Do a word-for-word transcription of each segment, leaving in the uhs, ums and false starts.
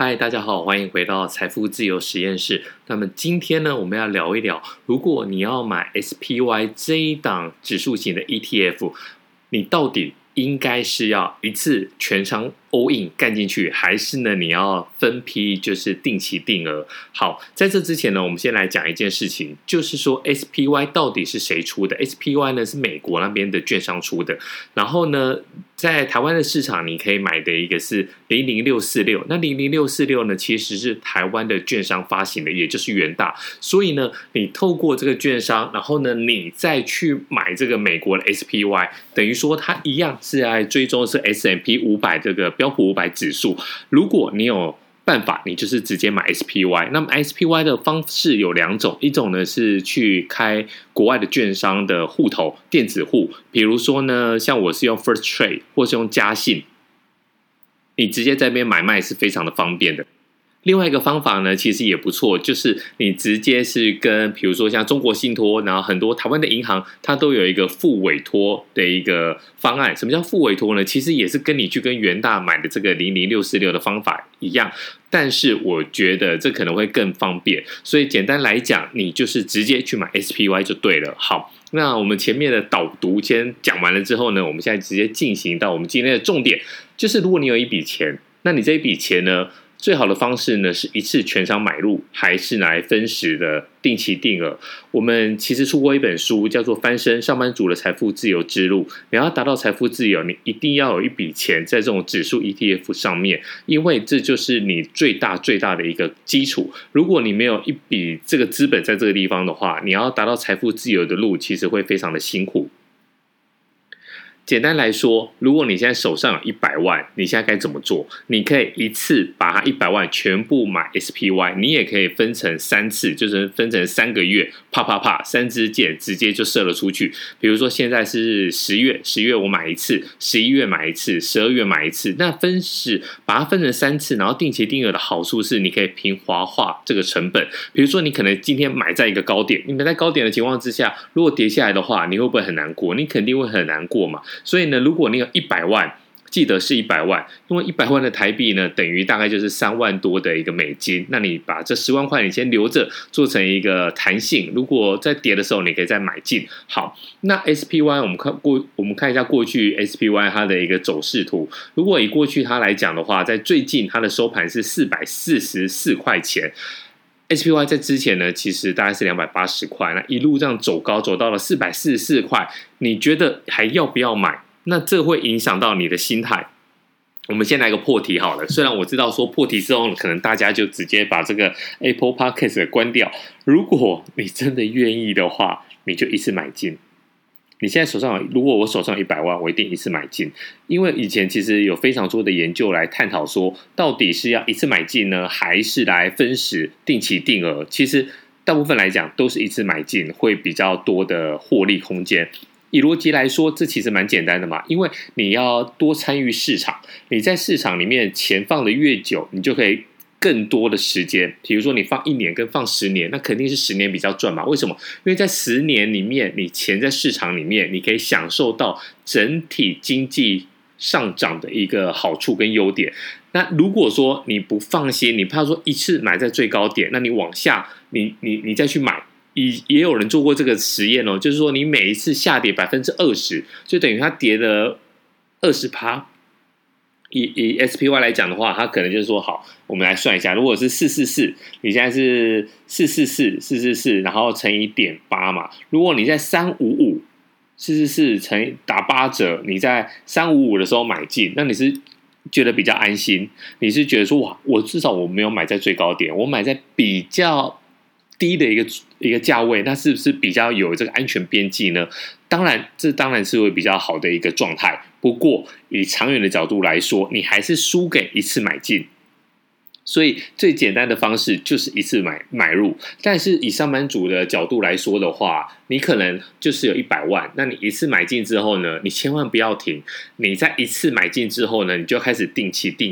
嗨，大家好，欢迎回到财富自由实验室。那么今天呢，我们要聊一聊，如果你要买 S P Y 这一档指数型的 E T F， 你到底应该是要一次全仓 all in 干进去，还是呢你要分批就是定期定额？好，在这之前呢，我们先来讲一件事情，就是说 S P Y 到底是谁出的 ？S P Y 呢是美国那边的券商出的，然后呢，在台湾的市场你可以买的一个是零零六四六，那零零六四六呢其实是台湾的券商发行的，也就是元大，所以呢，你透过这个券商，然后呢你再去买这个美国的 S P Y， 等于说它一样是在追踪是 S and P 五百这个标普五百指数。如果你有办法，你就是直接买 S P Y。那么 S P Y 的方式有两种，一种呢是去开国外的券商的户头，电子户，比如说呢，像我是用 First Trade 或是用嘉信，你直接在那边买卖是非常的方便的。另外一个方法呢，其实也不错，就是你直接是跟比如说像中国信托，然后很多台湾的银行，它都有一个附委托的一个方案。什么叫附委托呢？其实也是跟你去跟元大买的这个零零六四六的方法一样，但是我觉得这可能会更方便。所以简单来讲，你就是直接去买 S P Y 就对了。好，那我们前面的导读先讲完了之后呢，我们现在直接进行到我们今天的重点，就是如果你有一笔钱，那你这一笔钱呢，最好的方式呢，是一次全仓买入，还是拿来分时的定期定额？我们其实出过一本书，叫做《翻身上班族的财富自由之路》。你要达到财富自由，你一定要有一笔钱在这种指数 E T F 上面，因为这就是你最大最大的一个基础。如果你没有一笔这个资本在这个地方的话，你要达到财富自由的路，其实会非常的辛苦。简单来说，如果你现在手上有一百万，你现在该怎么做？你可以一次把它一百万全部买 S P Y， 你也可以分成三次，就是分成三个月，啪啪啪，三支箭直接就射了出去。比如说现在是十月，十月我买一次，十一月买一次，十二月买一次。那分时把它分成三次，然后定期定额的好处是，你可以平滑化这个成本。比如说你可能今天买在一个高点，你买在高点的情况之下，如果跌下来的话，你会不会很难过？你肯定会很难过嘛。所以呢，如果你有一百万，记得是一百万，因为一百万的台币呢，等于大概就是三万多的一个美金。那你把这十万块你先留着，做成一个弹性，如果在跌的时候，你可以再买进。好，那 S P Y 我们看过，我们看一下过去 S P Y 它的一个走势图。如果以过去它来讲的话，在最近它的收盘是四百四十四块钱。S P Y 在之前呢，其实大概是两百八十块，那一路这样走高，走到了四百四十四块，你觉得还要不要买？那这会影响到你的心态。我们先来个破题好了，虽然我知道说破题之后，可能大家就直接把这个 Apple Podcast 关掉。如果你真的愿意的话，你就一次买进。你现在手上，如果我手上有一百万，我一定一次买进，因为以前其实有非常多的研究来探讨说，到底是要一次买进呢，还是来分时定期定额？其实大部分来讲都是一次买进，会比较多的获利空间。以逻辑来说，这其实蛮简单的嘛，因为你要多参与市场，你在市场里面钱放的越久，你就可以更多的时间，比如说你放一年跟放十年，那肯定是十年比较赚嘛。为什么？因为在十年里面，你钱在市场里面，你可以享受到整体经济上涨的一个好处跟优点。那如果说你不放心，你怕说一次买在最高点，那你往下，你你你再去买。也也有人做过这个实验哦，就是说你每一次下跌百分之二十，就等于它跌了二十趴。以以 S P Y 来讲的话，它可能就是说，好，我们来算一下，如果是四四四，你现在是四四四四四四，然后乘以点八嘛。如果你在三五五四四四乘以打八折，你在三五五的时候买进，那你是觉得比较安心，你是觉得说，哇，我至少我没有买在最高点，我买在比较低的一个一个价位，那是不是比较有这个安全边际呢？当然，这当然是会比较好的一个状态。不过，以长远的角度来说，你还是输给一次买进。所以最简单的方式就是一次买买入。但是以上班族的角度来说的话，你可能就是有一百万，那你一次买进之后呢，你千万不要停。你在一次买进之后呢，你就开始定期定额。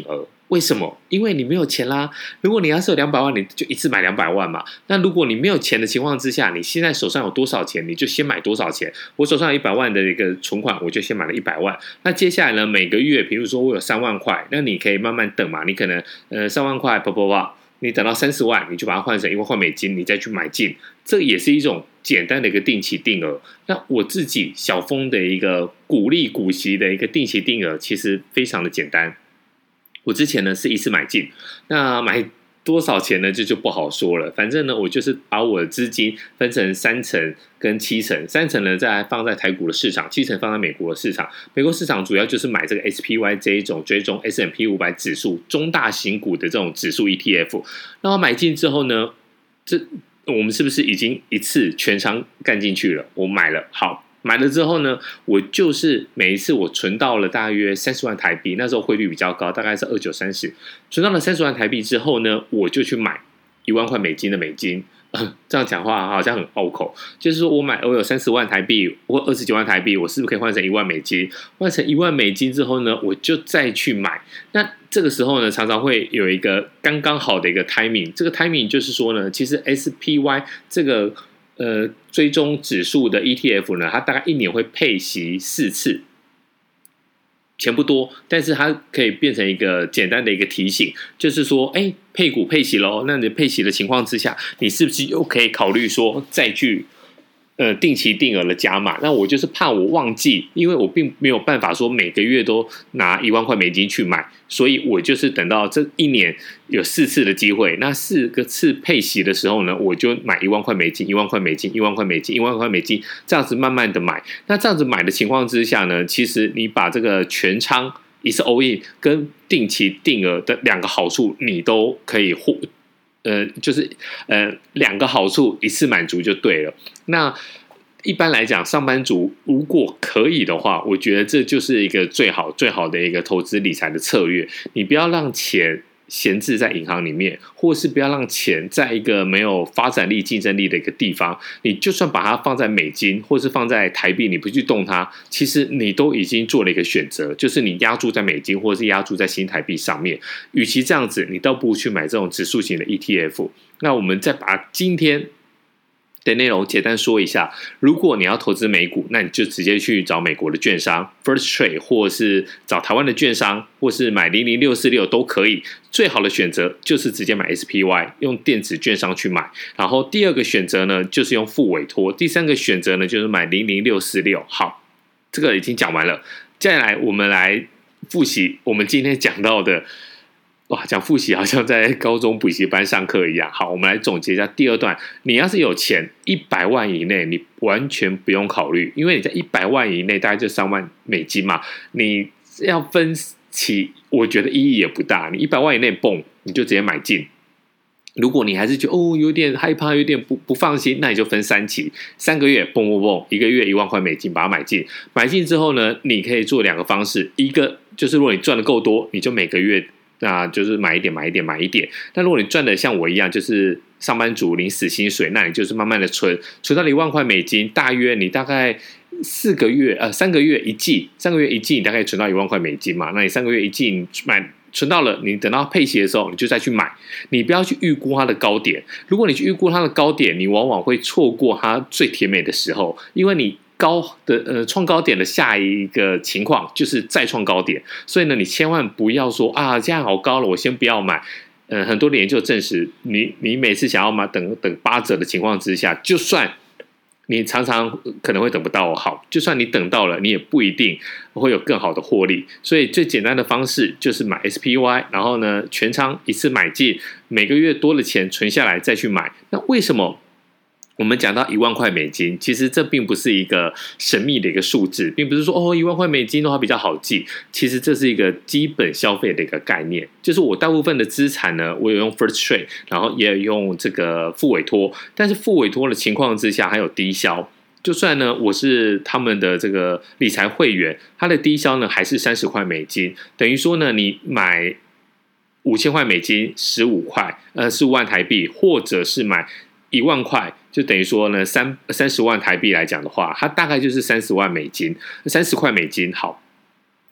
为什么？因为你没有钱啦。如果你要是有两百万，你就一次买两百万嘛。那如果你没有钱的情况之下，你现在手上有多少钱，你就先买多少钱。我手上有一百万的一个存款，我就先买了一百万。那接下来呢，每个月，比如说我有三万块，那你可以慢慢等嘛。你可能呃三万块，啪啪啪，你等到三十万，你就把它换成一万块美金，你再去买进。这也是一种简单的一个定期定额。那我自己小峰的一个股利股息的一个定期定额，其实非常的简单。我之前呢是一次买进，那买多少钱呢？这就不好说了。反正呢，我就是把我的资金分成三成跟七成，三成呢再放在台股的市场，七成放在美国的市场。美国市场主要就是买这个 S P Y 这一种追踪 S and P 五百 指数中大型股的这种指数 E T F。那我买进之后呢，这我们是不是已经一次全仓干进去了？我买了，好。买了之后呢，我就是每一次我存到了大约三十万台币，那时候汇率比较高，大概是二九三十，存到了三十万台币之后呢，我就去买一万块美金的美金。呃、这样讲话好像很拗口，就是说我买我有三十万台币或二十九万台币，我是不是可以换成一万美金？换成一万美金之后呢，我就再去买。那这个时候呢，常常会有一个刚刚好的一个 timing， 这个 timing 就是说呢，其实 S P Y 这个呃，追踪指数的 E T F 呢，它大概一年会配息四次，钱不多，但是它可以变成一个简单的一个提醒，就是说，哎，配股配息咯，那你配息的情况之下，你是不是又可以考虑说再去呃定期定额的加码？那我就是怕我忘记，因为我并没有办法说每个月都拿一万块美金去买，所以我就是等到这一年有四次的机会，那四个次配息的时候呢，我就买一万块美金，一万块美金，一万块美金，一万块美金，这样子慢慢的买。那这样子买的情况之下呢，其实你把这个全仓一次 all in 跟定期定额的两个好处，你都可以获。呃，就是呃两个好处一次满足就对了。那一般来讲，上班族如果可以的话，我觉得这就是一个最好最好的一个投资理财的策略。你不要让钱闲置在银行里面，或是不要让钱在一个没有发展力、竞争力的一个地方。你就算把它放在美金，或是放在台币，你不去动它，其实你都已经做了一个选择，就是你押注在美金，或是押注在新台币上面。与其这样子，你倒不如去买这种指数型的 E T F。那我们再把今天的内容简单说一下。如果你要投资美股，那你就直接去找美国的券商 First Trade， 或是找台湾的券商，或是买零零六四六都可以。最好的选择就是直接买 S P Y， 用电子券商去买。然后第二个选择呢，就是用副委托。第三个选择呢，就是买零零六四六。好，这个已经讲完了。接下来我们来复习我们今天讲到的。哇，讲复习好像在高中补习班上课一样。好，我们来总结一下第二段。你要是有钱一百万以内，你完全不用考虑，因为你在一百万以内大概就三万美金嘛，你要分期，我觉得意义也不大。你一百万以内蹦，你就直接买进。如果你还是觉得哦有点害怕，有点不不放心，那你就分三期，三个月蹦蹦蹦，一个月一万块美金把它买进。买进之后呢，你可以做两个方式，一个就是如果你赚的够多，你就每个月。那就是买一点买一点买一点。那如果你赚的像我一样，就是上班族领死薪水，那你就是慢慢的存，存到了一万块美金，大约你大概四个月呃三个月一季，三个月一季你大概存到一万块美金嘛。那你三个月一季你买存到了，你等到配息的时候你就再去买，你不要去预估它的高点。如果你去预估它的高点，你往往会错过它最甜美的时候，因为你。高的呃创高点的下一个情况就是再创高点，所以呢，你千万不要说啊，现在好高了，我先不要买。呃，很多的研究证实，你你每次想要买等等八折的情况之下，就算你常常可能会等不到好，就算你等到了，你也不一定会有更好的获利。所以最简单的方式就是买 S P Y， 然后呢全仓一次买进，每个月多的钱存下来再去买。那为什么？我们讲到一万块美金，其实这并不是一个神秘的一个数字，并不是说哦一万块美金的话比较好记，其实这是一个基本消费的一个概念。就是我大部分的资产呢，我有用 First Trade， 然后也有用这个副委托，但是副委托的情况之下还有低消。就算呢我是他们的这个理财会员，它的低消呢还是三十块美金，等于说呢你买五千块美金十五块呃十五万台币，或者是买一万块，就等于说呢，三三十万台币来讲的话，它大概就是三十万美金，三十块美金。好，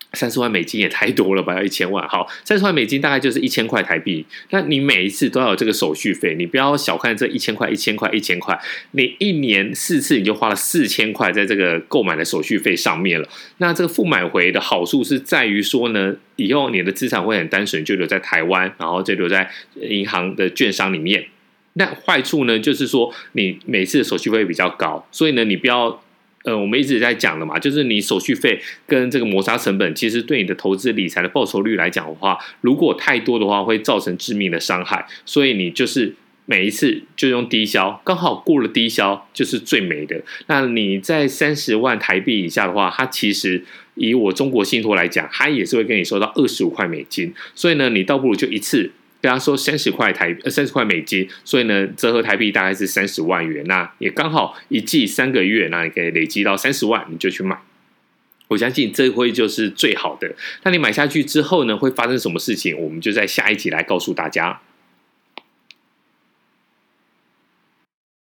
三十万美金也太多了吧，要一千万。好，三十万美金大概就是一千块台币。那你每一次都要有这个手续费，你不要小看这一千块、一千块、一千块，你一年四次你就花了四千块在这个购买的手续费上面了。那这个付买回的好处是在于说呢，以后你的资产会很单纯，就留在台湾，然后就留在银行的券商里面。那坏处呢，就是说你每次的手续费比较高，所以呢，你不要。呃，我们一直在讲的嘛，就是你手续费跟这个磨砂成本，其实对你的投资理财的报酬率来讲的话，如果太多的话，会造成致命的伤害。所以你就是每一次就用低消，刚好过了低消就是最美的。那你在三十万台币以下的话，它其实以我中国信托来讲，它也是会跟你收到二十五块美金。所以呢，你倒不如就一次。跟他说三十块台呃三十块美金，所以呢折合台币大概是三十万元，那也刚好一季三个月，那你可以累积到三十万，你就去买。我相信这会就是最好的。那你买下去之后呢，会发生什么事情？我们就在下一集来告诉大家。